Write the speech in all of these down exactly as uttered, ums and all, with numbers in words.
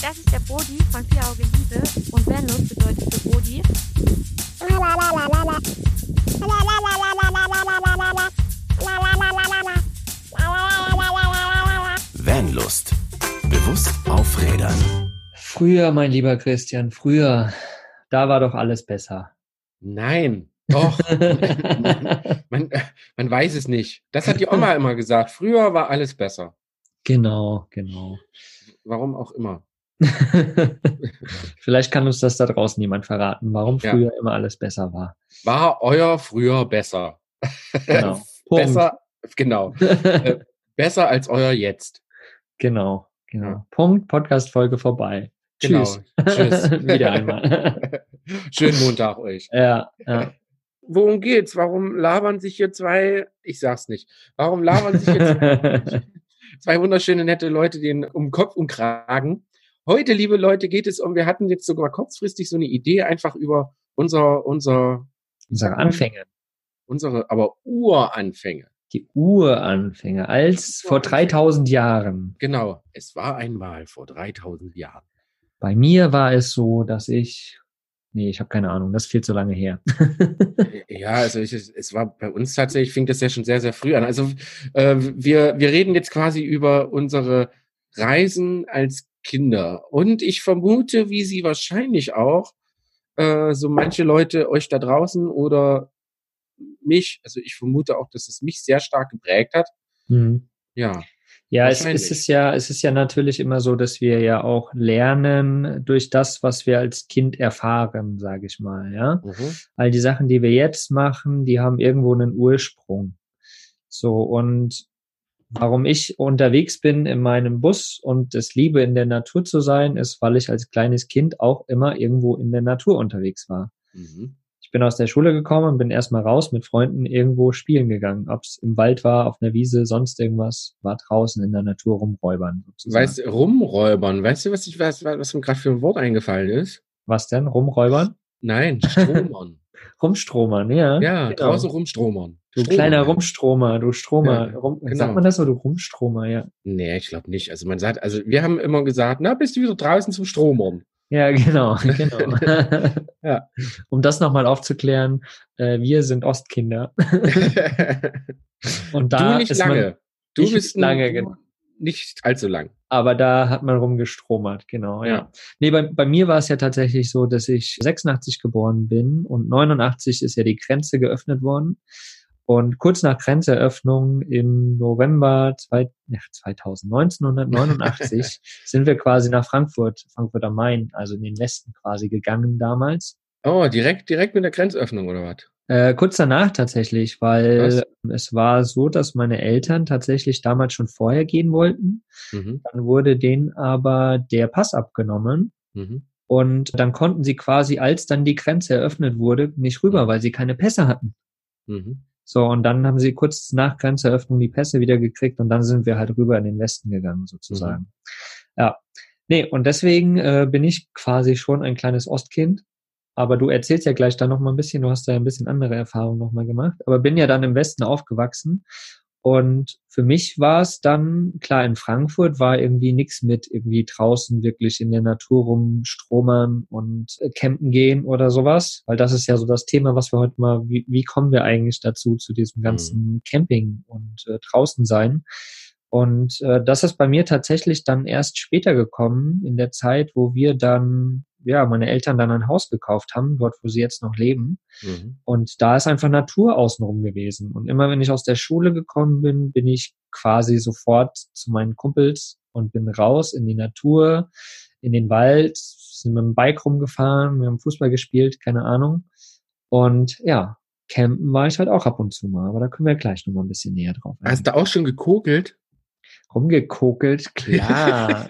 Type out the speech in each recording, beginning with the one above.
Das ist der Brody von Vier Augen Liebe und Vanlos bedeutet für Brody. Vanlust. Bewusst aufrädern. Früher, mein lieber Christian, früher, da war doch alles besser. Nein, doch. man, man, man weiß es nicht. Das hat die Oma immer gesagt. Früher war alles besser. Genau, genau. Warum auch immer. Vielleicht kann uns das da draußen jemand verraten, warum Ja. früher immer alles besser war. War euer früher besser? Genau. besser, genau. äh, besser als euer jetzt. Genau, genau. Ja. Punkt, Podcast-Folge vorbei. Genau. Tschüss. Tschüss. Wieder einmal. Schönen Montag euch. Ja, ja. Worum geht's? Warum labern sich hier zwei, ich sag's nicht, warum labern sich hier zwei, zwei wunderschöne, nette Leute den um Kopf und Kragen? Heute, liebe Leute, geht es um, wir hatten jetzt sogar kurzfristig so eine Idee, einfach über unser, unser, Unsere Anfänge. unsere, aber Uranfänge. Die Uranfänge, als vor dreitausend Jahren. Genau, es war einmal vor dreitausend Jahren. Bei mir war es so, dass ich, nee, ich habe keine Ahnung, das ist viel zu lange her. Ja, also ich, es war bei uns tatsächlich, fing das ja schon sehr, sehr früh an. Also äh, wir, wir reden jetzt quasi über unsere Reisen als Kinder. Und ich vermute, wie sie wahrscheinlich auch, äh, so manche Leute euch da draußen oder mich, also ich vermute auch, dass es mich sehr stark geprägt hat. Hm. Ja. Ja, es, Wahrscheinlich. es ist ja, es ist ja natürlich immer so, dass wir ja auch lernen durch das, was wir als Kind erfahren, sage ich mal, ja. Mhm. All die Sachen, die wir jetzt machen, die haben irgendwo einen Ursprung. So, und warum ich unterwegs bin in meinem Bus und es liebe, in der Natur zu sein, ist, weil ich als kleines Kind auch immer irgendwo in der Natur unterwegs war. Mhm. Ich bin aus der Schule gekommen und bin erstmal raus mit Freunden irgendwo spielen gegangen. Ob es im Wald war, auf einer Wiese, sonst irgendwas, war draußen in der Natur rumräubern. Sozusagen. Weißt du, rumräubern, weißt du, was ich weiß, was mir gerade für ein Wort eingefallen ist? Was denn? Rumräubern? Nein, Stromern. Rumstromern, ja. Ja, genau. draußen rumstromern. Du Stromern. kleiner Rumstromer, du Stromer. Ja, Rum, genau. Sagt man das so, du Rumstromer, ja. Nee, ich glaube nicht. Also man sagt, also wir haben immer gesagt, na, bist du wieder draußen zum Stromern? Ja, genau, genau. Ja. Um das nochmal aufzuklären, äh, wir sind Ostkinder. Und da du nicht ist lange. Man, du ich bist lange, ein, genau. Nicht allzu lang. Aber da hat man rumgestromert, genau, ja. Ja. Nee, bei, bei mir war es ja tatsächlich so, dass ich sechsundachtzig geboren bin und neunundachtzig ist ja die Grenze geöffnet worden. Und kurz nach Grenzeröffnung im November zwei, ja, zweitausend, neunzehnhundertneunundachtzig sind wir quasi nach Frankfurt, Frankfurt am Main, also in den Westen quasi gegangen damals. Oh, direkt, direkt mit der Grenzöffnung oder was? Äh, kurz danach tatsächlich, weil Was? es war so, dass meine Eltern tatsächlich damals schon vorher gehen wollten. Mhm. Dann wurde denen aber der Pass abgenommen. Mhm. Und dann konnten sie quasi, als dann die Grenze eröffnet wurde, nicht rüber, weil sie keine Pässe hatten. Mhm. So, und dann haben sie kurz nach Grenzeröffnung die Pässe wieder gekriegt und dann sind wir halt rüber in den Westen gegangen, sozusagen. Mhm. Ja. Nee, und deswegen äh, bin ich quasi schon ein kleines Ostkind. Aber du erzählst ja gleich da noch mal ein bisschen, du hast da ein bisschen andere Erfahrungen noch mal gemacht. Aber bin ja dann im Westen aufgewachsen. Und für mich war es dann, klar, in Frankfurt war irgendwie nichts mit irgendwie draußen wirklich in der Natur rumstromern und äh, campen gehen oder sowas. Weil das ist ja so das Thema, was wir heute mal, wie, wie kommen wir eigentlich dazu, zu diesem ganzen mhm. Camping und äh, draußen sein. Und äh, das ist bei mir tatsächlich dann erst später gekommen, in der Zeit, wo wir dann, ja, meine Eltern dann ein Haus gekauft haben, dort, wo sie jetzt noch leben. Mhm. Und da ist einfach Natur außenrum gewesen. Und immer wenn ich aus der Schule gekommen bin, bin ich quasi sofort zu meinen Kumpels und bin raus in die Natur, in den Wald, sind mit dem Bike rumgefahren, wir haben Fußball gespielt, keine Ahnung. Und ja, campen war ich halt auch ab und zu mal, aber da können wir gleich noch mal ein bisschen näher drauf eingehen. Hast du auch schon gekokelt? Rumgekokelt, klar.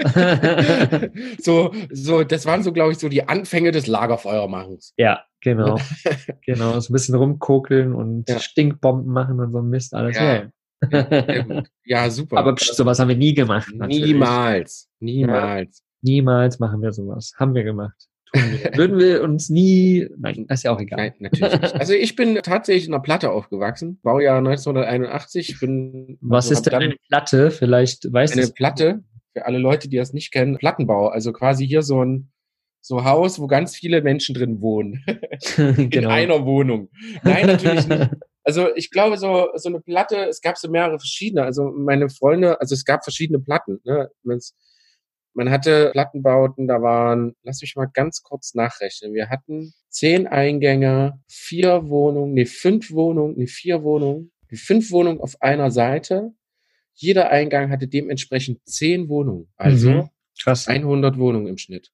so, so, das waren so, glaube ich, so die Anfänge des Lagerfeuermachens. Ja, genau. Genau, so ein bisschen rumkokeln und Ja. Stinkbomben machen und so ein Mist, alles. Ja. Ja. Ja, sehr gut. Ja, super. Aber pst, sowas haben wir nie gemacht. Natürlich. Niemals. Niemals. Niemals machen wir sowas. Haben wir gemacht. Tun wir. Würden wir uns nie, nein, ist ja auch egal. Nein, natürlich nicht. Also ich bin tatsächlich in einer Platte aufgewachsen, Baujahr neunzehnhunderteinundachtzig. Ich bin, Was also ist denn hab eine Platte? Vielleicht weißt eine du. Platte? für alle Leute, die das nicht kennen, Plattenbau. Also quasi hier so ein so Haus, wo ganz viele Menschen drin wohnen. In Genau. einer Wohnung. Nein, natürlich nicht. Also ich glaube, so so eine Platte, es gab so mehrere verschiedene. Also meine Freunde, also es gab verschiedene Platten. Ne? Man's, man hatte Plattenbauten, da waren, lass mich mal ganz kurz nachrechnen. Wir hatten zehn Eingänge, vier Wohnungen, nee, fünf Wohnungen, nee, vier Wohnungen, die fünf Wohnungen auf einer Seite. Jeder Eingang hatte dementsprechend zehn Wohnungen. Also Mhm. Krass. hundert Wohnungen im Schnitt.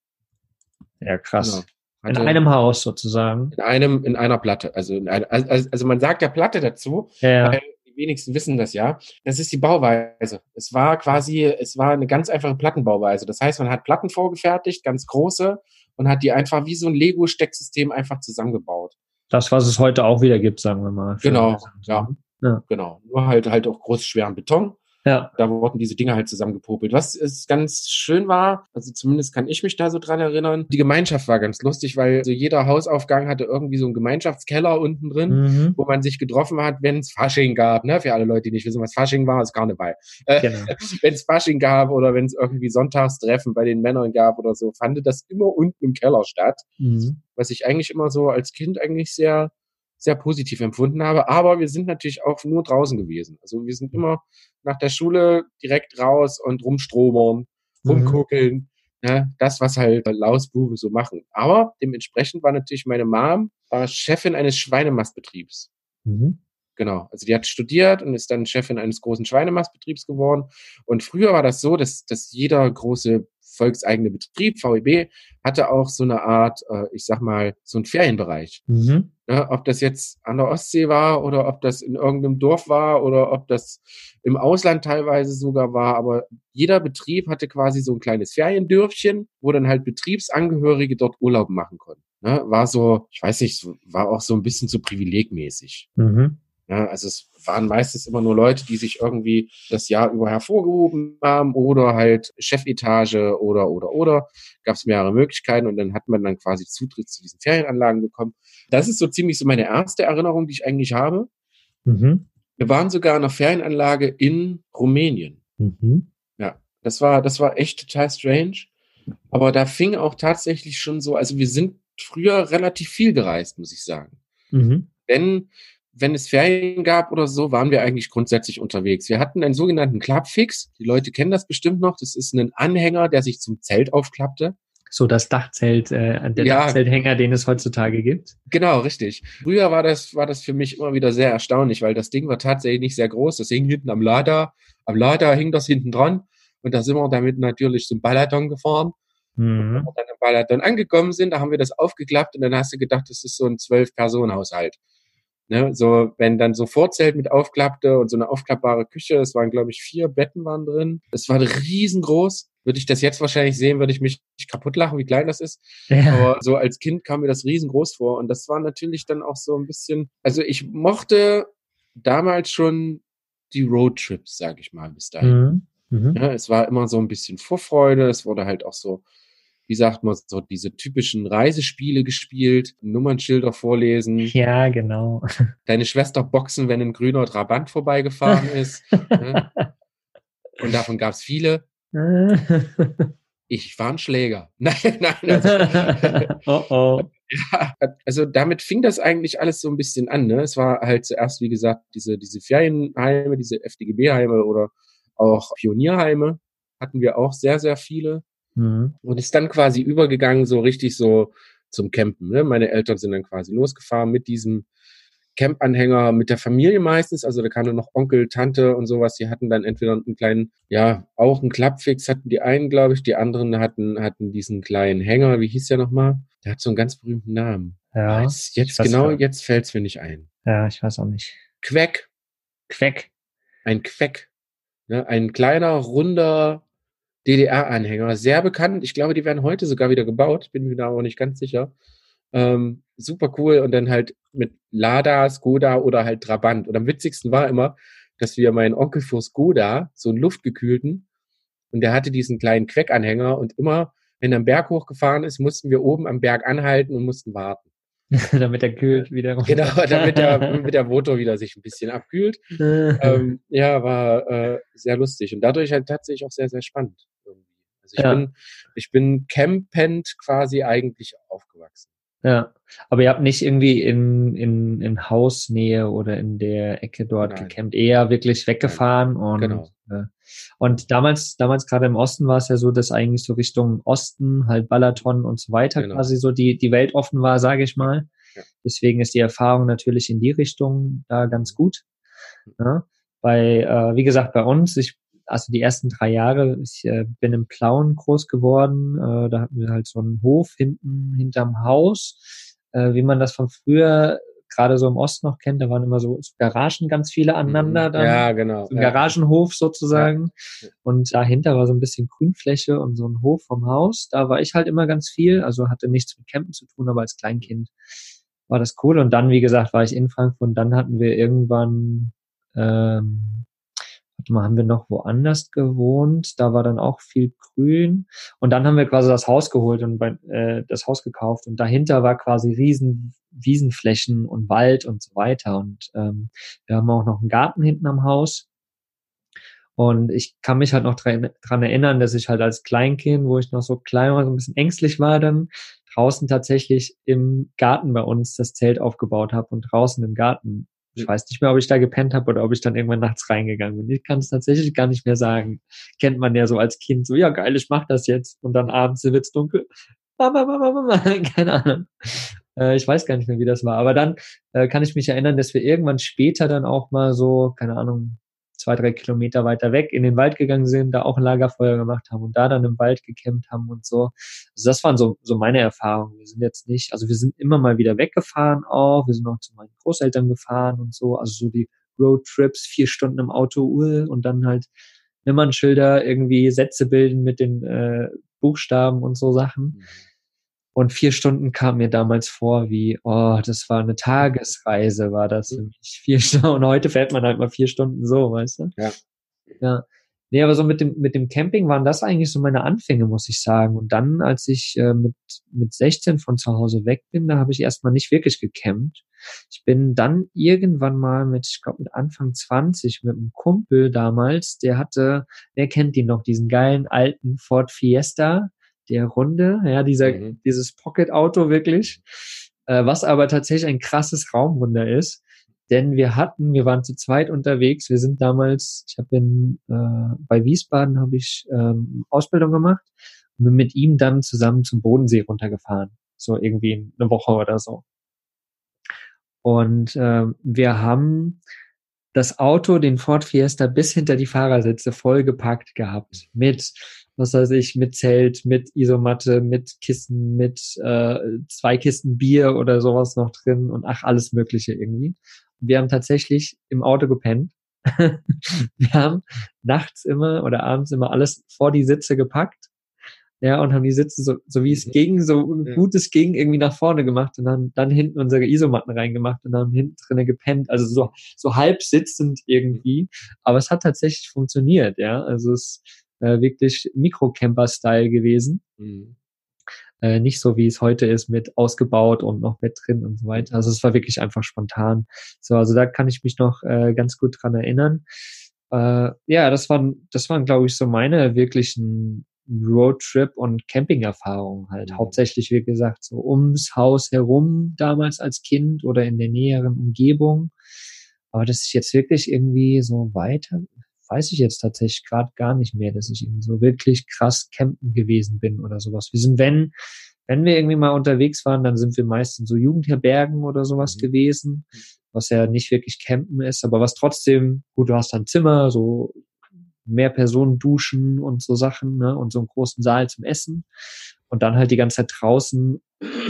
Ja, krass. Genau. In Hatte einem Haus sozusagen. in einem, in einer Platte. Also, in ein, also, also man sagt ja Platte dazu, Ja, weil die wenigsten wissen das ja. Das ist die Bauweise. Es war quasi, es war eine ganz einfache Plattenbauweise. Das heißt, man hat Platten vorgefertigt, ganz große, und hat die einfach wie so ein Lego-Stecksystem einfach zusammengebaut. das, was es heute auch wieder gibt, sagen wir mal. für Genau, Häuser und so, ja. ne? Ja. Genau. Nur halt halt auch groß, schweren Beton. Ja. Da wurden diese Dinger halt zusammengepopelt. Was es ganz schön war, also zumindest kann ich mich da so dran erinnern, die Gemeinschaft war ganz lustig, weil so jeder Hausaufgang hatte irgendwie so einen Gemeinschaftskeller unten drin, Mhm. wo man sich getroffen hat, wenn es Fasching gab, ne? Für alle Leute, die nicht wissen, was Fasching war, ist Karneval. Äh, Genau. wenn es Fasching gab oder wenn es irgendwie Sonntagstreffen bei den Männern gab oder so, fand das immer unten im Keller statt. Mhm. Was ich eigentlich immer so als Kind eigentlich sehr, sehr positiv empfunden habe. Aber wir sind natürlich auch nur draußen gewesen. Also wir sind immer nach der Schule direkt raus und rumstromern, Mhm. rumguckeln. Ne? Das, was halt Lausbuben so machen. Aber dementsprechend war natürlich meine Mom war Chefin eines Schweinemastbetriebs. Mhm. Genau. Also die hat studiert und ist dann Chefin eines großen Schweinemastbetriebs geworden. Und früher war das so, dass, dass jeder große volkseigene Betrieb, V E B, hatte auch so eine Art, äh, ich sag mal, so einen Ferienbereich. Mhm. Ne, ob das jetzt an der Ostsee war oder ob das in irgendeinem Dorf war oder ob das im Ausland teilweise sogar war. Aber jeder Betrieb hatte quasi so ein kleines Feriendörfchen, wo dann halt Betriebsangehörige dort Urlaub machen konnten. Ne, war so, ich weiß nicht, so, war auch so ein bisschen so privilegmäßig. Mhm. Ja, also es waren meistens immer nur Leute, die sich irgendwie das Jahr über hervorgehoben haben oder halt Chefetage oder, oder, oder. Gab es mehrere Möglichkeiten und dann hat man dann quasi Zutritt zu diesen Ferienanlagen bekommen. Das ist so ziemlich so meine erste Erinnerung, die ich eigentlich habe. Mhm. Wir waren sogar in einer Ferienanlage in Rumänien. Mhm. Ja, das war, das war echt total strange. Aber da fing auch tatsächlich schon so, also wir sind früher relativ viel gereist, muss ich sagen. Mhm. Wenn Wenn es Ferien gab oder so, waren wir eigentlich grundsätzlich unterwegs. Wir hatten einen sogenannten Clubfix. Die Leute kennen das bestimmt noch. Das ist ein Anhänger, der sich zum Zelt aufklappte. So das Dachzelt, äh, der Ja. Dachzelthänger, den es heutzutage gibt. Genau, richtig. Früher war das, war das für mich immer wieder sehr erstaunlich, weil das Ding war tatsächlich nicht sehr groß. Das hing hinten am Lader. Am Lader hing das hinten dran. Und da sind wir damit natürlich zum Balaton gefahren. Und wenn Mhm. wir dann am Balaton angekommen sind, da haben wir das aufgeklappt und dann hast du gedacht, das ist so ein Zwölf-Personen-Haushalt. Ne, so, wenn dann so Vorzelt mit aufklappte und so eine aufklappbare Küche, es waren, glaube ich, vier Betten waren drin. Es war riesengroß. Würde ich das jetzt wahrscheinlich sehen, würde ich mich kaputt lachen, wie klein das ist. Ja. Aber so als Kind kam mir das riesengroß vor. Und das war natürlich dann auch so ein bisschen, also ich mochte damals schon die Roadtrips, sage ich mal, bis dahin. Mhm. Mhm. Ja, es war immer so ein bisschen Vorfreude. Es wurde halt auch so, wie sagt man, so diese typischen Reisespiele gespielt, Nummernschilder vorlesen, Ja, genau. deine Schwester boxen, wenn ein grüner Trabant vorbeigefahren ist. Ne? Und davon gab es viele. Ich war ein Schläger. Nein, nein. Also, Oh oh. ja, also damit fing das eigentlich alles so ein bisschen an. Ne? Es war halt zuerst, wie gesagt, diese, diese Ferienheime, diese F D G B-Heime oder auch Pionierheime hatten wir auch sehr, sehr viele. Mhm. Und ist dann quasi übergegangen, so richtig so zum Campen. Ne? Meine Eltern sind dann quasi losgefahren mit diesem Camp-Anhänger, mit der Familie meistens. Also da kamen noch Onkel, Tante und sowas. Die hatten dann entweder einen kleinen, ja, auch einen Klappfix hatten die einen, glaube ich. Die anderen hatten hatten diesen kleinen Hänger. Wie hieß der nochmal? Der hat so einen ganz berühmten Namen. Ja. Jetzt, jetzt ich weiß genau, gar- jetzt fällt's mir nicht ein. Ja, ich weiß auch nicht. Queck. Queck. Ein Queck. Ne? Ein kleiner, runder D D R-Anhänger, sehr bekannt. Ich glaube, die werden heute sogar wieder gebaut, bin mir da aber nicht ganz sicher. Ähm, super cool und dann halt mit Lada, Skoda oder halt Trabant. Und am witzigsten war immer, dass wir meinen Onkel für Skoda, so einen luftgekühlten, und der hatte diesen kleinen Queckanhänger und immer, wenn er am Berg hochgefahren ist, mussten wir oben am Berg anhalten und mussten warten. Damit er kühlt wieder runter. Genau, damit der, damit der Motor wieder sich ein bisschen abkühlt. ähm, ja, war äh, sehr lustig und dadurch halt tatsächlich auch sehr, sehr spannend. Also ich Ja. bin, ich bin campend quasi eigentlich aufgewachsen. Ja, aber ihr habt nicht irgendwie in, in, in Hausnähe oder in der Ecke dort Nein. gecampt, eher wirklich weggefahren und, Genau. äh, und damals, damals gerade im Osten war es ja so, dass eigentlich so Richtung Osten, halt Balaton und so weiter Genau. quasi so die, die Welt offen war, sage ich mal. Ja. Deswegen ist die Erfahrung natürlich in die Richtung da ganz gut. Ja. Bei, äh, wie gesagt, bei uns, ich also die ersten drei Jahre, ich äh, bin im Plauen groß geworden, äh, da hatten wir halt so einen Hof hinten hinterm Haus, äh, wie man das von früher gerade so im Osten noch kennt, da waren immer so, so Garagen ganz viele aneinander dann, Ja, genau. so ein Ja. Garagenhof sozusagen Ja. und dahinter war so ein bisschen Grünfläche und so ein Hof vom Haus, da war ich halt immer ganz viel, also hatte nichts mit Campen zu tun, aber als Kleinkind war das cool und dann, wie gesagt, war ich in Frankfurt und dann hatten wir irgendwann ähm, warte mal, haben wir noch woanders gewohnt? Da war dann auch viel Grün. Und dann haben wir quasi das Haus geholt und bei, äh, das Haus gekauft. Und dahinter war quasi riesen Wiesenflächen und Wald und so weiter. Und ähm, wir haben auch noch einen Garten hinten am Haus. Und ich kann mich halt noch dran, dran erinnern, dass ich halt als Kleinkind, wo ich noch so klein war, so ein bisschen ängstlich war, dann draußen tatsächlich im Garten bei uns das Zelt aufgebaut habe und draußen im Garten. Ich weiß nicht mehr, ob ich da gepennt habe oder ob ich dann irgendwann nachts reingegangen bin. Ich kann es tatsächlich gar nicht mehr sagen. Kennt man ja so als Kind so, ja geil, ich mach das jetzt. Und dann abends wird's dunkel. Mama, Mama, Mama, keine Ahnung. Äh, ich weiß gar nicht mehr, wie das war. Aber dann äh, kann ich mich erinnern, dass wir irgendwann später dann auch mal so, keine Ahnung, zwei, drei Kilometer weiter weg in den Wald gegangen sind, da auch ein Lagerfeuer gemacht haben und da dann im Wald gecampt haben und so. Also das waren so, so meine Erfahrungen. Wir sind jetzt nicht, also wir sind immer mal wieder weggefahren auch, wir sind auch zu meinen Großeltern gefahren und so, also so die Roadtrips, vier Stunden im Auto uh, und dann halt Nummernschilder, irgendwie Sätze bilden mit den äh, Buchstaben und so Sachen. Und vier Stunden kam mir damals vor wie, oh, das war eine Tagesreise, war das für mich. Vier Stunden. Und heute fährt man halt mal vier Stunden so, weißt du? Ja. Ja. Nee, aber so mit dem, mit dem Camping waren das eigentlich so meine Anfänge, muss ich sagen. Und dann, als ich äh, mit, mit sechzehn von zu Hause weg bin, da habe ich erstmal nicht wirklich gecampt. Ich bin dann irgendwann mal mit, ich glaube mit Anfang zwanzig, mit einem Kumpel damals, der hatte, wer kennt den noch, diesen geilen alten Ford Fiesta, der Runde, ja, dieser, Mhm. dieses Pocket-Auto wirklich, äh, was aber tatsächlich ein krasses Raumwunder ist, denn wir hatten, wir waren zu zweit unterwegs, wir sind damals, ich habe in, äh, bei Wiesbaden habe ich ähm, Ausbildung gemacht und bin mit ihm dann zusammen zum Bodensee runtergefahren, so irgendwie eine Woche oder so. Und äh, wir haben das Auto, den Ford Fiesta, bis hinter die Fahrersitze vollgepackt gehabt mit, was weiß ich, mit Zelt, mit Isomatte, mit Kissen, mit äh, zwei Kisten Bier oder sowas noch drin und ach, alles Mögliche irgendwie. Und wir haben tatsächlich im Auto gepennt. Wir haben nachts immer oder abends immer alles vor die Sitze gepackt. Ja, und haben die Sitze so, so wie es Mhm. ging, so Ja. gut es ging, irgendwie nach vorne gemacht und dann, dann hinten unsere Isomatten reingemacht und dann hinten drinnen gepennt. Also so, so halb sitzend irgendwie. Aber es hat tatsächlich funktioniert, ja. Also es ist äh, wirklich Mikrocamper-Style gewesen. Mhm. Äh, nicht so, wie es heute ist, mit ausgebaut und noch Bett drin und so weiter. Also es war wirklich einfach spontan. So, also da kann ich mich noch äh, ganz gut dran erinnern. Äh, ja, das waren, das waren, glaube ich, so meine wirklichen Roadtrip- und Camping-Erfahrungen halt. Mhm. Hauptsächlich, wie gesagt, so ums Haus herum damals als Kind oder in der näheren Umgebung. Aber dass ich jetzt wirklich irgendwie so weiter, weiß ich jetzt tatsächlich gerade gar nicht mehr, dass ich irgendwie so wirklich krass campen gewesen bin oder sowas. Wir sind, wenn, wenn wir irgendwie mal unterwegs waren, dann sind wir meist in so Jugendherbergen oder sowas Mhm. gewesen, was ja nicht wirklich campen ist, aber was trotzdem, gut, du hast dann Zimmer, so mehr Personen duschen und so Sachen, ne, und so einen großen Saal zum Essen und dann halt die ganze Zeit draußen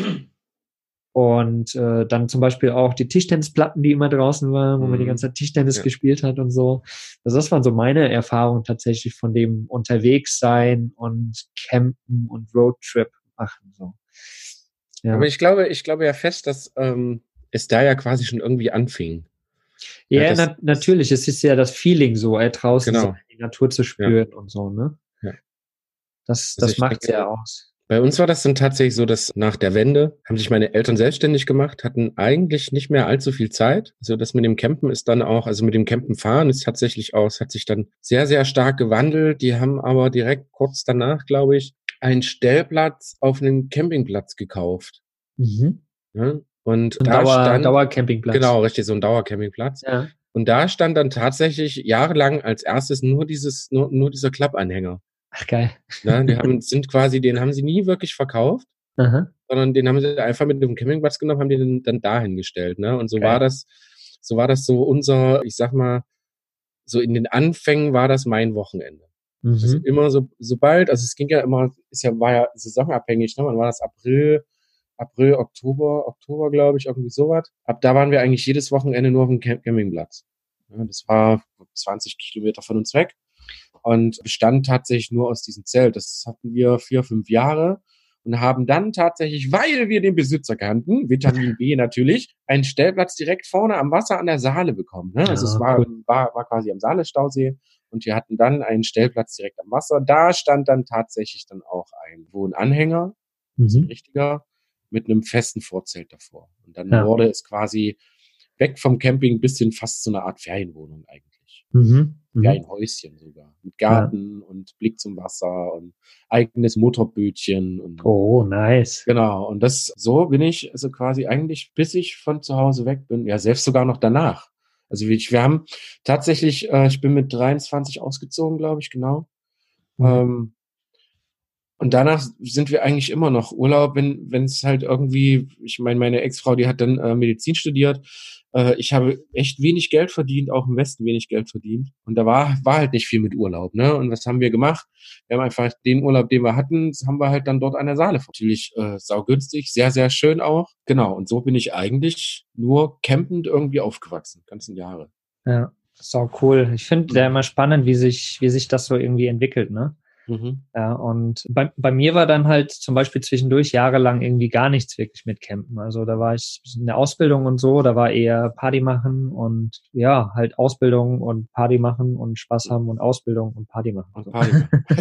und äh, dann zum Beispiel auch die Tischtennisplatten, die immer draußen waren, wo man die Mhm. ganze Zeit Tischtennis Ja. gespielt hat und so. Also das waren so meine Erfahrungen tatsächlich von dem unterwegs sein und campen und Roadtrip machen, so. Ja. Aber ich glaube, ich glaube ja fest, dass ähm, es da ja quasi schon irgendwie anfing. Ja, Ja, das- na, natürlich. Es ist ja das Feeling so, äh, draußen Genau. sein, die Natur zu spüren und so, ne? Ja. Das, Also das ich macht's denke, ja aus. Bei uns war das dann tatsächlich so, dass nach der Wende haben sich meine Eltern selbstständig gemacht, hatten eigentlich nicht mehr allzu viel Zeit. Also das mit dem Campen ist dann auch, also mit dem Campen fahren ist tatsächlich auch, es hat sich dann sehr, sehr stark gewandelt. Die haben aber direkt kurz danach, glaube ich, einen Stellplatz auf einem Campingplatz gekauft. Mhm. Ja? Und Ein da Dauer, stand, Dauercampingplatz. genau, richtig, so ein Dauercampingplatz. Ja. Und da stand dann tatsächlich jahrelang als erstes nur dieses, nur, nur dieser Klappanhänger. Ach, geil. Ne? Die haben, sind quasi, den haben sie nie wirklich verkauft, Aha. sondern den haben sie einfach mit dem Campingplatz genommen, haben den dann dahin gestellt. Ne? Und so Geil. war das, so war das so unser, ich sag mal, so in den Anfängen war das mein Wochenende. Mhm. Also immer so, sobald, also es ging ja immer, ist ja, war ja saisonabhängig, ne? Wann war das? April, April, Oktober, Oktober, glaube ich, irgendwie sowas. Ab da waren wir eigentlich jedes Wochenende nur auf dem Camp- Campingplatz. Ja, das war zwanzig Kilometer von uns weg und bestand tatsächlich nur aus diesem Zelt. Das hatten wir vier, fünf Jahre und haben dann tatsächlich, weil wir den Besitzer kannten, Vitamin B natürlich, einen Stellplatz direkt vorne am Wasser an der Saale bekommen. Ne? Also Ja, es war, cool. war, war quasi am Saale-Stausee und wir hatten dann einen Stellplatz direkt am Wasser. Da stand dann tatsächlich dann auch ein Wohnanhänger, also ein Mhm. richtiger, mit einem festen Vorzelt davor. Und dann Ja. wurde es quasi weg vom Camping bis hin fast zu einer Art Ferienwohnung eigentlich. Mhm. Wie Mhm. ein Häuschen sogar. Mit Garten und Blick zum Wasser und eigenes Motorbötchen und Oh, nice. genau. Und das, so bin ich also quasi eigentlich, bis ich von zu Hause weg bin, ja, selbst sogar noch danach. Also wir, wir haben tatsächlich, äh, ich bin mit dreiundzwanzig ausgezogen, glaube ich, genau. Mhm. Ähm, und danach sind wir eigentlich immer noch Urlaub, wenn wenn es halt irgendwie, ich meine, meine Ex-Frau, die hat dann äh, Medizin studiert. Äh, ich habe echt wenig Geld verdient, auch im Westen wenig Geld verdient. Und da war war halt nicht viel mit Urlaub, ne? Und was haben wir gemacht? Wir haben einfach den Urlaub, den wir hatten, das haben wir halt dann dort an der Saale. Natürlich äh, saugünstig, sehr, sehr schön auch. Genau, und so bin ich eigentlich nur campend irgendwie aufgewachsen, ganzen Jahre. Ja, sau cool. Ich finde Mhm. ja immer spannend, wie sich, wie sich das so irgendwie entwickelt, ne? Mhm. Ja, und bei, bei mir war dann halt zum Beispiel zwischendurch jahrelang irgendwie gar nichts wirklich mit Campen. Also da war ich in der Ausbildung und so, da war eher Party machen und ja, halt Ausbildung und Party machen und Spaß haben und Ausbildung und Party machen. Und So. Party.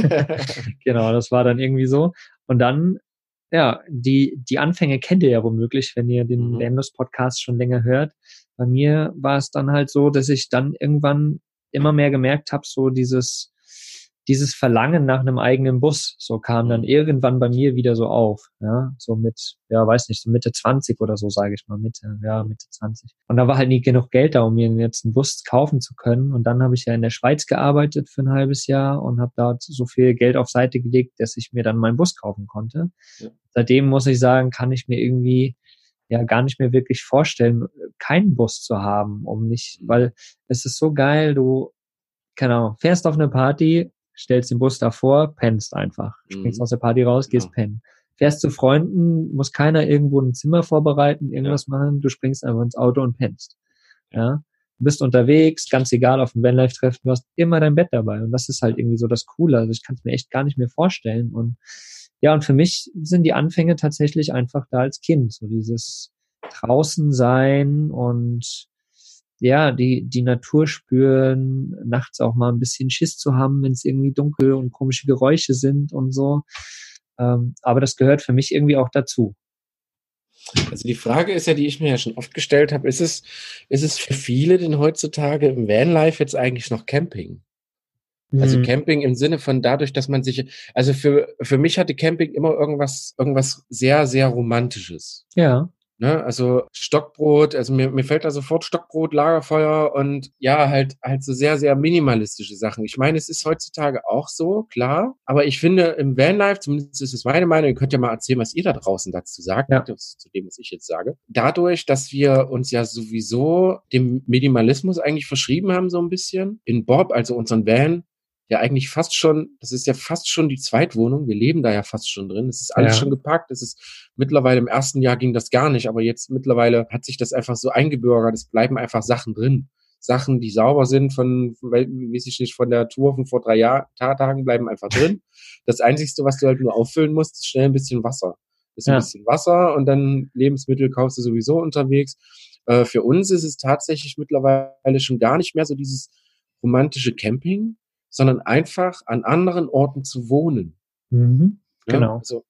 Genau, das war dann irgendwie so. Und dann, ja, die, die Anfänge kennt ihr ja womöglich, wenn ihr den Mhm. Vanlust-Podcast schon länger hört. Bei mir war es dann halt so, dass ich dann irgendwann immer mehr gemerkt habe, so dieses, dieses Verlangen nach einem eigenen Bus, so kam dann Mhm. irgendwann bei mir wieder so auf, ja, so mit, ja, weiß nicht, so Mitte zwanzig oder so, sage ich mal, Mitte, ja, Mitte zwanzig. Und da war halt nie genug Geld da, um mir jetzt einen Bus kaufen zu können. Und dann habe ich ja in der Schweiz gearbeitet für ein halbes Jahr und habe dort so viel Geld auf Seite gelegt, dass ich mir dann meinen Bus kaufen konnte. Ja. Seitdem muss ich sagen, kann ich mir irgendwie ja gar nicht mehr wirklich vorstellen, keinen Bus zu haben, um nicht, weil es ist so geil, du, keine Ahnung, fährst auf eine Party, stellst den Bus davor, pennst einfach. Springst Mhm. aus der Party raus, gehst Genau. pennen. Fährst zu Freunden, muss keiner irgendwo ein Zimmer vorbereiten, irgendwas machen, du springst einfach ins Auto und pennst. Ja. Du bist unterwegs, ganz egal, auf dem Vanlife-Treffen, du hast immer dein Bett dabei. Und das ist halt irgendwie so das Coole. Also ich kann es mir echt gar nicht mehr vorstellen. Und ja, und für mich sind die Anfänge tatsächlich einfach da als Kind. So dieses draußen sein und ja, die, die Natur spüren, nachts auch mal ein bisschen Schiss zu haben, wenn es irgendwie dunkel und komische Geräusche sind und so. Ähm, aber das gehört für mich irgendwie auch dazu. Also die Frage ist ja, die ich mir ja schon oft gestellt habe, ist es, ist es für viele denn heutzutage im Vanlife jetzt eigentlich noch Camping? Also Mhm. Camping im Sinne von dadurch, dass man sich, also für, für mich hatte Camping immer irgendwas, irgendwas sehr, sehr Romantisches. Ja. Ne? Also Stockbrot, also mir, mir fällt da sofort Stockbrot, Lagerfeuer und ja, halt, halt so sehr, sehr minimalistische Sachen. Ich meine, es ist heutzutage auch so, klar, aber ich finde im Vanlife, zumindest ist es meine Meinung, ihr könnt ja mal erzählen, was ihr da draußen dazu sagt, Ja. das, zu dem, was ich jetzt sage. Dadurch, dass wir uns ja sowieso dem Minimalismus eigentlich verschrieben haben, so ein bisschen, in Bob, also unseren Van, ja eigentlich fast schon, das ist ja fast schon die Zweitwohnung, wir leben da ja fast schon drin, es ist alles Ja. schon gepackt, es ist mittlerweile, im ersten Jahr ging das gar nicht, aber jetzt mittlerweile hat sich das einfach so eingebürgert, es bleiben einfach Sachen drin, Sachen, die sauber sind von, weiß ich nicht, von der Tour von vor drei Jahr, Tagen bleiben einfach drin. Das Einzige, was du halt nur auffüllen musst, ist schnell ein bisschen Wasser. Ist ein Ja. bisschen Wasser und dann Lebensmittel kaufst du sowieso unterwegs. Äh, für uns ist es tatsächlich mittlerweile schon gar nicht mehr so dieses romantische Camping, sondern einfach an anderen Orten zu wohnen. Mhm. Ja? Genau. Also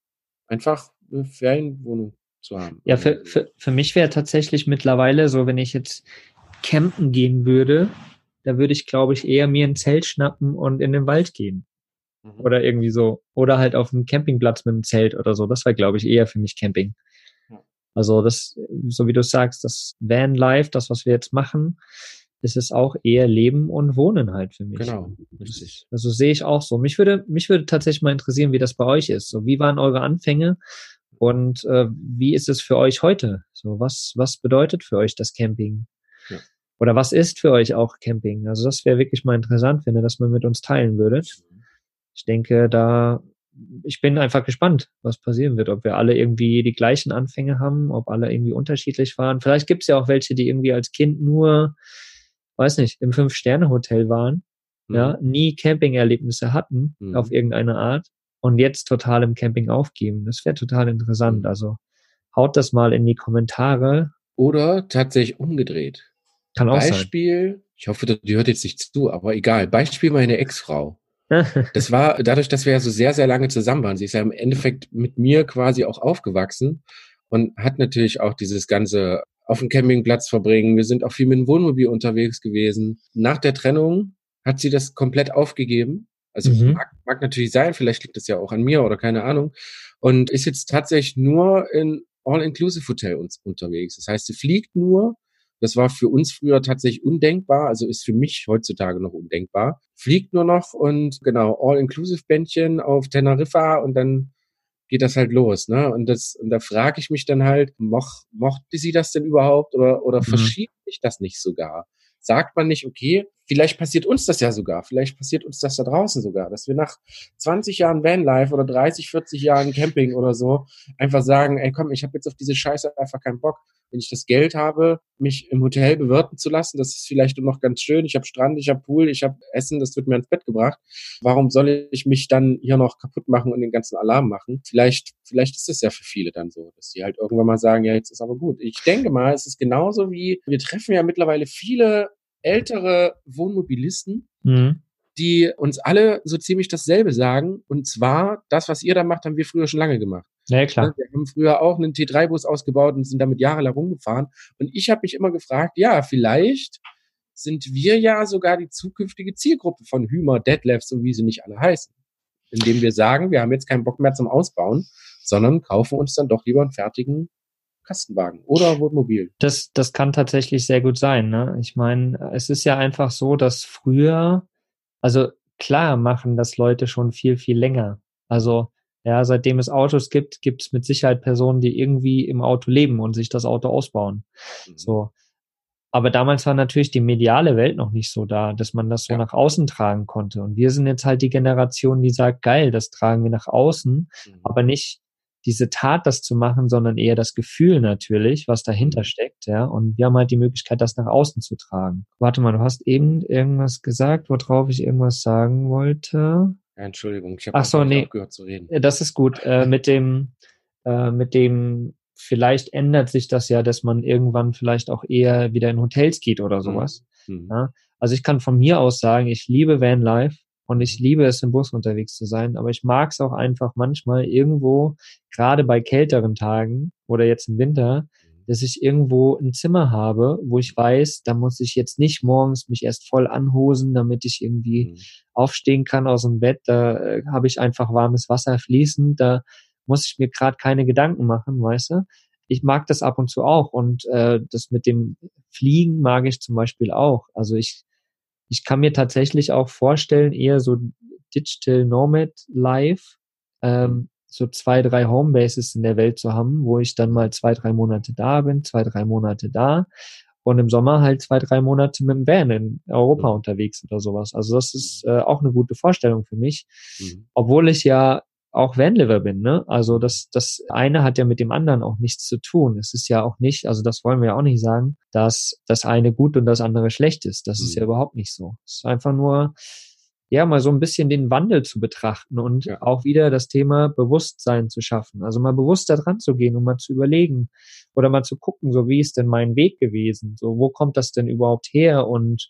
einfach eine Ferienwohnung zu haben. Ja, für, für, für mich wäre tatsächlich mittlerweile so, wenn ich jetzt campen gehen würde, da würde ich, glaube ich, eher mir ein Zelt schnappen und in den Wald gehen. Mhm. Oder irgendwie so. Oder halt auf einem Campingplatz mit einem Zelt oder so. Das wäre, glaube ich, eher für mich Camping. Ja. Also das, so wie du sagst, das Van-Life, das, was wir jetzt machen, ist es auch eher Leben und Wohnen halt für mich. Genau, richtig. Also sehe ich auch so. Mich würde, mich würde tatsächlich mal interessieren, wie das bei euch ist. So, wie waren eure Anfänge und äh, wie ist es für euch heute? So, was, was bedeutet für euch das Camping? Ja. Oder was ist für euch auch Camping? Also das wäre wirklich mal interessant, wenn ihr das mal mit uns teilen würdet. Ich denke, da, ich bin einfach gespannt, was passieren wird, ob wir alle irgendwie die gleichen Anfänge haben, ob alle irgendwie unterschiedlich waren. Vielleicht gibt es ja auch welche, die irgendwie als Kind nur, weiß nicht, im Fünf-Sterne-Hotel waren, mhm. ja, nie Camping-Erlebnisse hatten, mhm. auf irgendeine Art und jetzt total im Camping aufgeben. Das wäre total interessant. Mhm. Also haut das mal in die Kommentare. Oder tatsächlich umgedreht. Kann auch Beispiel, sein. Ich hoffe, die hört jetzt nicht zu, aber egal. Beispiel meine Ex-Frau. Das war dadurch, dass wir ja so sehr, sehr lange zusammen waren. Sie ist ja im Endeffekt mit mir quasi auch aufgewachsen und hat natürlich auch dieses ganze auf dem Campingplatz verbringen. Wir sind auch viel mit dem Wohnmobil unterwegs gewesen. Nach der Trennung hat sie das komplett aufgegeben. Also mhm. mag, mag natürlich sein, vielleicht liegt das ja auch an mir oder keine Ahnung. Und ist jetzt tatsächlich nur in All-Inclusive-Hotel uns unterwegs. Das heißt, sie fliegt nur. Das war für uns früher tatsächlich undenkbar, also ist für mich heutzutage noch undenkbar. Fliegt nur noch und genau, All-Inclusive-Bändchen auf Teneriffa und dann geht das halt los, ne? Und das, und da frage ich mich dann halt, moch, mochte sie das denn überhaupt oder, oder mhm. verschiebt sich das nicht sogar? Sagt man nicht, okay, vielleicht passiert uns das ja sogar, vielleicht passiert uns das da draußen sogar, dass wir nach zwanzig Jahren Vanlife oder dreißig, vierzig Jahren Camping oder so einfach sagen, ey komm, ich habe jetzt auf diese Scheiße einfach keinen Bock. Wenn ich das Geld habe, mich im Hotel bewirten zu lassen, das ist vielleicht noch ganz schön, ich habe Strand, ich habe Pool, ich habe Essen, das wird mir ins Bett gebracht. Warum soll ich mich dann hier noch kaputt machen und den ganzen Alarm machen? Vielleicht, vielleicht ist es ja für viele dann so, dass die halt irgendwann mal sagen, ja, jetzt ist aber gut. Ich denke mal, es ist genauso wie, wir treffen ja mittlerweile viele ältere Wohnmobilisten, mhm. die uns alle so ziemlich dasselbe sagen. Und zwar, das, was ihr da macht, haben wir früher schon lange gemacht. Ja, klar. Wir haben früher auch einen T drei Bus ausgebaut und sind damit jahrelang rumgefahren. Und ich habe mich immer gefragt, ja, vielleicht sind wir ja sogar die zukünftige Zielgruppe von Hymer, Detlef, so wie sie nicht alle heißen. Indem wir sagen, wir haben jetzt keinen Bock mehr zum Ausbauen, sondern kaufen uns dann doch lieber einen fertigen Kastenwagen oder Wohnmobil. Das, das kann tatsächlich sehr gut sein, ne? Ich meine, es ist ja einfach so, dass früher, also klar machen das Leute schon viel, viel länger. Also, ja, seitdem es Autos gibt, gibt es mit Sicherheit Personen, die irgendwie im Auto leben und sich das Auto ausbauen. Mhm. So. Aber damals war natürlich die mediale Welt noch nicht so da, dass man das so ja. nach außen tragen konnte. Und wir sind jetzt halt die Generation, die sagt, geil, das tragen wir nach außen, mhm. aber nicht diese Tat, das zu machen, sondern eher das Gefühl natürlich, was dahinter mhm. steckt, ja. Und wir haben halt die Möglichkeit, das nach außen zu tragen. Warte mal, du hast eben irgendwas gesagt, worauf ich irgendwas sagen wollte. Ja, Entschuldigung, ich habe so, nee. aufgehört zu reden. Das ist gut. Äh, mit dem, äh, mit dem, vielleicht ändert sich das ja, dass man irgendwann vielleicht auch eher wieder in Hotels geht oder sowas. Mhm. Ja? Also ich kann von mir aus sagen, ich liebe Vanlife. Und ich liebe es, im Bus unterwegs zu sein, aber ich mag es auch einfach manchmal irgendwo, gerade bei kälteren Tagen oder jetzt im Winter, dass ich irgendwo ein Zimmer habe, wo ich weiß, da muss ich jetzt nicht morgens mich erst voll anhosen, damit ich irgendwie mhm. aufstehen kann aus dem Bett. Da äh, habe ich einfach warmes Wasser fließend, da muss ich mir gerade keine Gedanken machen, weißt du? Ich mag das ab und zu auch und äh, das mit dem Fliegen mag ich zum Beispiel auch. Also ich Ich kann mir tatsächlich auch vorstellen, eher so Digital Nomad Life, ähm, so zwei, drei Homebases in der Welt zu haben, wo ich dann mal zwei, drei Monate da bin, zwei, drei Monate da und im Sommer halt zwei, drei Monate mit dem Van in Europa mhm. unterwegs oder sowas. Also das ist äh, auch eine gute Vorstellung für mich, mhm. obwohl ich ja auch Vanliver bin, ne? Also das, das eine hat ja mit dem anderen auch nichts zu tun. Es ist ja auch nicht, also das wollen wir ja auch nicht sagen, dass das eine gut und das andere schlecht ist. Das mhm. ist ja überhaupt nicht so. Es ist einfach nur, ja, mal so ein bisschen den Wandel zu betrachten und ja. auch wieder das Thema Bewusstsein zu schaffen. Also mal bewusst da dran zu gehen und mal zu überlegen oder mal zu gucken, so wie ist denn mein Weg gewesen? So, wo kommt das denn überhaupt her? Und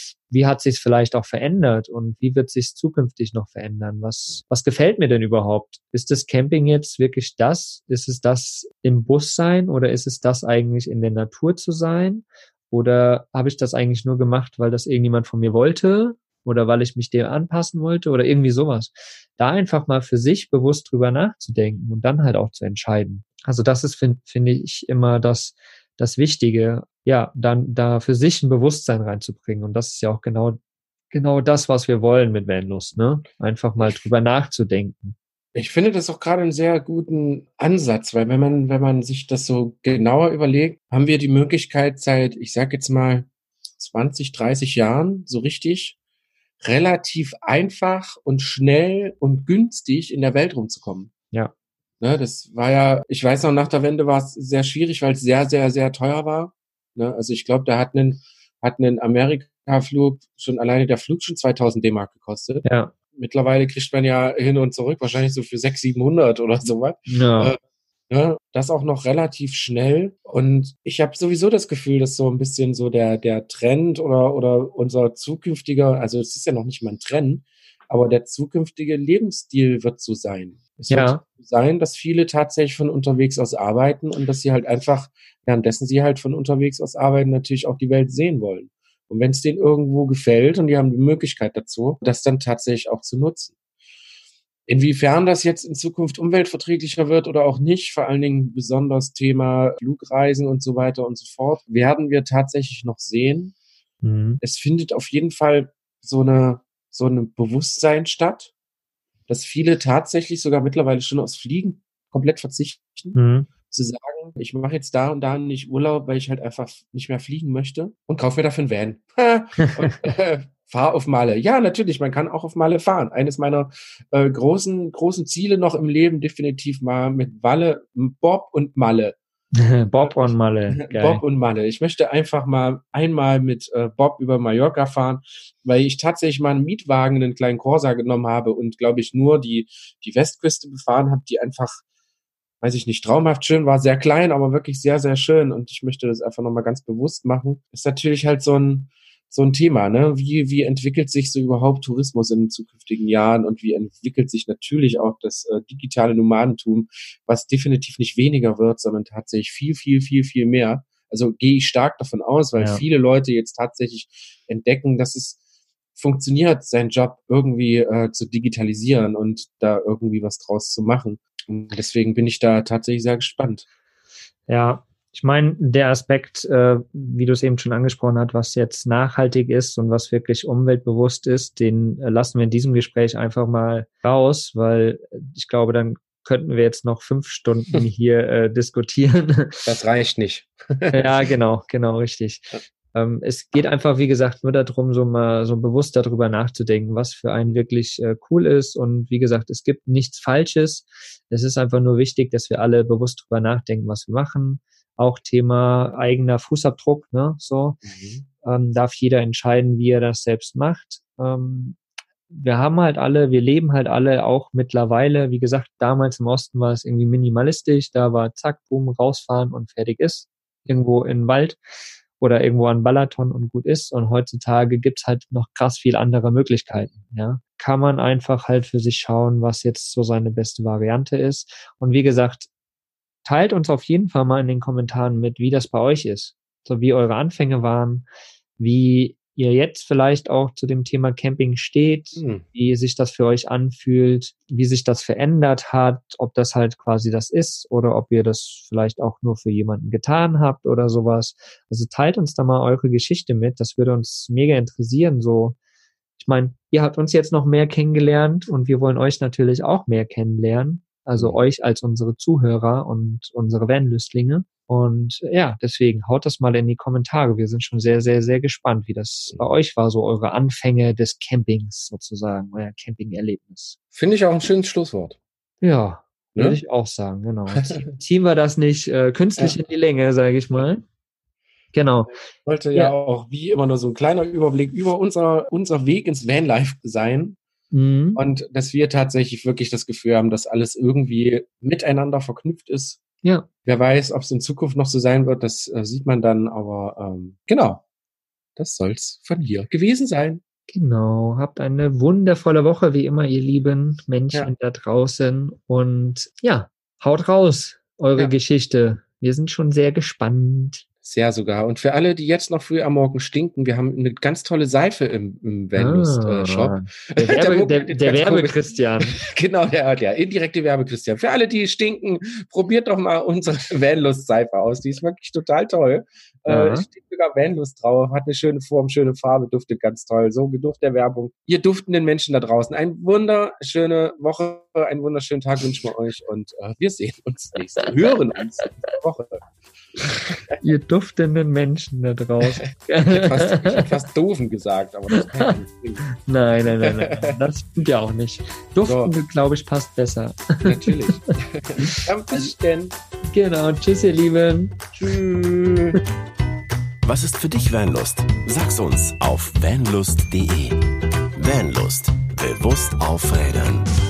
wie hat sich es vielleicht auch verändert und wie wird sich zukünftig noch verändern? Was, was gefällt mir denn überhaupt? Ist das Camping jetzt wirklich das? Ist es das im Bus sein oder ist es das eigentlich in der Natur zu sein? Oder habe ich das eigentlich nur gemacht, weil das irgendjemand von mir wollte oder weil ich mich dem anpassen wollte oder irgendwie sowas? Da einfach mal für sich bewusst drüber nachzudenken und dann halt auch zu entscheiden. Also das ist, finde find ich, immer das, das Wichtige, ja, dann da für sich ein Bewusstsein reinzubringen. Und das ist ja auch genau, genau das, was wir wollen mit Vanlust, ne? Einfach mal drüber nachzudenken. Ich finde das auch gerade einen sehr guten Ansatz, weil wenn man, wenn man sich das so genauer überlegt, haben wir die Möglichkeit seit, ich sag jetzt mal, zwanzig, dreißig Jahren so richtig relativ einfach und schnell und günstig in der Welt rumzukommen. Ja. Ne, das war ja, ich weiß noch, nach der Wende war es sehr schwierig, weil es sehr, sehr, sehr teuer war. Ne, also ich glaube, da hat einen, hat einen Amerika-Flug schon alleine der Flug schon zweitausend D-Mark gekostet. Ja. Mittlerweile kriegt man ja hin und zurück wahrscheinlich so für sechshundert, siebenhundert oder sowas. Ja. Äh, ne, das auch noch relativ schnell. Und ich habe sowieso das Gefühl, dass so ein bisschen so der, der Trend oder, oder unser zukünftiger, also es ist ja noch nicht mal ein Trend, aber der zukünftige Lebensstil wird so sein. Es Ja. wird so sein, dass viele tatsächlich von unterwegs aus arbeiten und dass sie halt einfach, währenddessen sie halt von unterwegs aus arbeiten, natürlich auch die Welt sehen wollen. Und wenn es denen irgendwo gefällt und die haben die Möglichkeit dazu, das dann tatsächlich auch zu nutzen. Inwiefern das jetzt in Zukunft umweltverträglicher wird oder auch nicht, vor allen Dingen besonders Thema Flugreisen und so weiter und so fort, werden wir tatsächlich noch sehen. Mhm. Es findet auf jeden Fall so eine, so ein Bewusstsein statt, dass viele tatsächlich sogar mittlerweile schon aufs Fliegen komplett verzichten. Mhm. Zu sagen, ich mache jetzt da und da nicht Urlaub, weil ich halt einfach nicht mehr fliegen möchte und kaufe mir dafür einen Van. und äh, fahr auf Malle. Ja, natürlich, man kann auch auf Malle fahren. Eines meiner äh, großen, großen Ziele noch im Leben definitiv mal mit Walle, Bob und Malle. Bob und Malle. Geil. Bob und Malle. Ich möchte einfach mal einmal mit äh, Bob über Mallorca fahren, weil ich tatsächlich mal einen Mietwagen, einen kleinen Corsa genommen habe und, glaube ich, nur die, die Westküste befahren habe, die einfach, weiß ich nicht, traumhaft schön war, sehr klein, aber wirklich sehr, sehr schön. Und ich möchte das einfach nochmal ganz bewusst machen. Ist natürlich halt so ein, so ein Thema, ne? Wie, wie entwickelt sich so überhaupt Tourismus in den zukünftigen Jahren und wie entwickelt sich natürlich auch das äh, digitale Nomadentum, was definitiv nicht weniger wird, sondern tatsächlich viel, viel, viel, viel mehr. Also gehe ich stark davon aus, weil Ja. viele Leute jetzt tatsächlich entdecken, dass es funktioniert, seinen Job irgendwie äh, zu digitalisieren und da irgendwie was draus zu machen. Und deswegen bin ich da tatsächlich sehr gespannt. Ja, ich meine, der Aspekt, äh, wie du es eben schon angesprochen hast, was jetzt nachhaltig ist und was wirklich umweltbewusst ist, den äh, lassen wir in diesem Gespräch einfach mal raus, weil ich glaube, dann könnten wir jetzt noch fünf Stunden hier äh, diskutieren. Das reicht nicht. Ja, genau, genau, richtig. Ähm, es geht einfach, wie gesagt, nur darum, so mal so bewusst darüber nachzudenken, was für einen wirklich äh, cool ist. Und wie gesagt, es gibt nichts Falsches. Es ist einfach nur wichtig, dass wir alle bewusst drüber nachdenken, was wir machen. Auch Thema eigener Fußabdruck, ne, so. Mhm. Ähm, darf jeder entscheiden, wie er das selbst macht. Ähm, wir haben halt alle, wir leben halt alle auch mittlerweile, wie gesagt, damals im Osten war es irgendwie minimalistisch, da war zack, boom, rausfahren und fertig ist. Irgendwo in den Wald oder irgendwo an Balaton und gut ist. Und heutzutage gibt's halt noch krass viel andere Möglichkeiten, ja. Kann man einfach halt für sich schauen, was jetzt so seine beste Variante ist. Und wie gesagt, teilt uns auf jeden Fall mal in den Kommentaren mit, wie das bei euch ist. So wie eure Anfänge waren, wie ihr jetzt vielleicht auch zu dem Thema Camping steht, Mhm. wie sich das für euch anfühlt, wie sich das verändert hat, ob das halt quasi das ist oder ob ihr das vielleicht auch nur für jemanden getan habt oder sowas. Also teilt uns da mal eure Geschichte mit, das würde uns mega interessieren. So, ich meine, ihr habt uns jetzt noch mehr kennengelernt und wir wollen euch natürlich auch mehr kennenlernen. Also Mhm. euch als unsere Zuhörer und unsere Vanlüstlinge. Und ja, deswegen haut das mal in die Kommentare. Wir sind schon sehr, sehr, sehr gespannt, wie das bei euch war, so eure Anfänge des Campings sozusagen, euer Camping-Erlebnis. Finde ich auch ein schönes Schlusswort. Ja, würde Ne? ich auch sagen, genau. Zie- Ziehen wir das nicht äh, künstlich in die Länge, sage ich mal. Genau. Sollte ja Ja. auch wie immer nur so ein kleiner Überblick über unser, unser Weg ins Vanlife sein. Mhm. Und dass wir tatsächlich wirklich das Gefühl haben, dass alles irgendwie miteinander verknüpft ist. Ja. Wer weiß, ob es in Zukunft noch so sein wird, das äh, sieht man dann, aber ähm, genau. das soll's von hier gewesen sein. Genau, habt eine wundervolle Woche, wie immer, ihr lieben Menschen Ja. da draußen. Und ja, haut raus, eure Ja. Geschichte. Wir sind schon sehr gespannt. Sehr sogar. Und für alle, die jetzt noch früh am Morgen stinken, wir haben eine ganz tolle Seife im, im Vanlust-Shop. Ah, der Werbe, der, der Werbe-Christian. Genau, der, der indirekte Werbe-Christian. Für alle, die stinken, probiert doch mal unsere Vanlust-Seife aus. Die ist wirklich total toll. Ja. Äh, steht sogar Vanlust drauf, hat eine schöne Form, schöne Farbe, duftet ganz toll. So Geduft der Werbung. Ihr duftenden Menschen da draußen. Eine wunderschöne Woche, einen wunderschönen Tag wünschen wir euch und äh, wir sehen uns nächste, hören uns nächste Woche. Ihr duftenden Menschen da draußen. Ich hätte fast, ich hätte fast doofen gesagt, aber das kann ich nicht bringen. Nein, nein, nein, nein. Das stimmt ja auch nicht. Duften, So. glaube ich, passt besser. Natürlich. Dann bis denn. Genau. Tschüss, ihr Lieben. Tschüss. Was ist für dich Vanlust? Sag's uns auf vanlust punkt de. Vanlust. Bewusst aufrädern.